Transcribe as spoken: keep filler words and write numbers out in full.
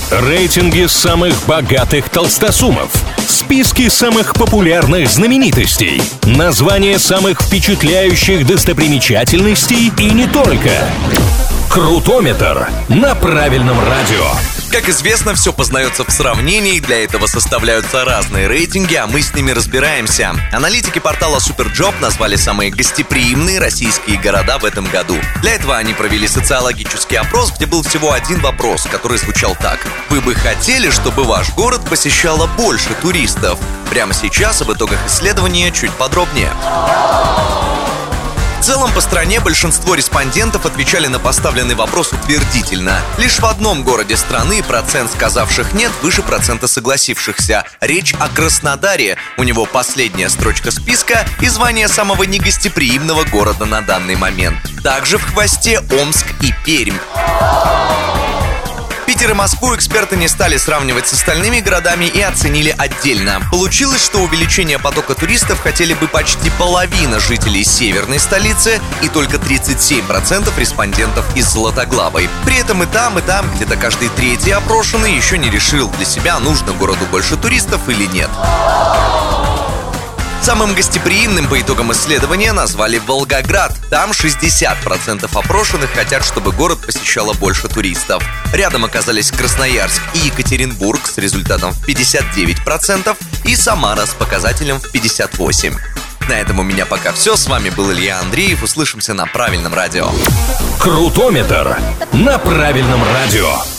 Рейтинги самых богатых толстосумов. Списки самых популярных знаменитостей. Названия самых впечатляющих достопримечательностей и не только. Крутометр на правильном радио. Как известно, все познается в сравнении, для этого составляются разные рейтинги, а мы с ними разбираемся. Аналитики портала Superjob назвали самые гостеприимные российские города в этом году. Для этого они провели социологический опрос, где был всего один вопрос, который звучал так: вы бы хотели, чтобы ваш город посещало больше туристов? Прямо сейчас об итогах исследования чуть подробнее. В целом, по стране большинство респондентов отвечали на поставленный вопрос утвердительно. Лишь в одном городе страны процент сказавших «нет» выше процента согласившихся. Речь о Краснодаре. У него последняя строчка списка и звание самого негостеприимного города на данный момент. Также в хвосте Омск и Пермь. Питер и Москву эксперты не стали сравнивать с остальными городами и оценили отдельно. Получилось, что увеличение потока туристов хотели бы почти половина жителей северной столицы и только тридцать семь процентов респондентов из Златоглавой. При этом и там, и там где-то каждый третий опрошенный еще не решил для себя, нужно городу больше туристов или нет. Самым гостеприимным по итогам исследования назвали Волгоград. Там шестьдесят процентов опрошенных хотят, чтобы город посещало больше туристов. Рядом оказались Красноярск и Екатеринбург с результатом в пятьдесят девять процентов и Самара с показателем в пятьдесят восемь процентов. На этом у меня пока все. С вами был Илья Андреев. Услышимся на правильном радио. Крутометр на правильном радио.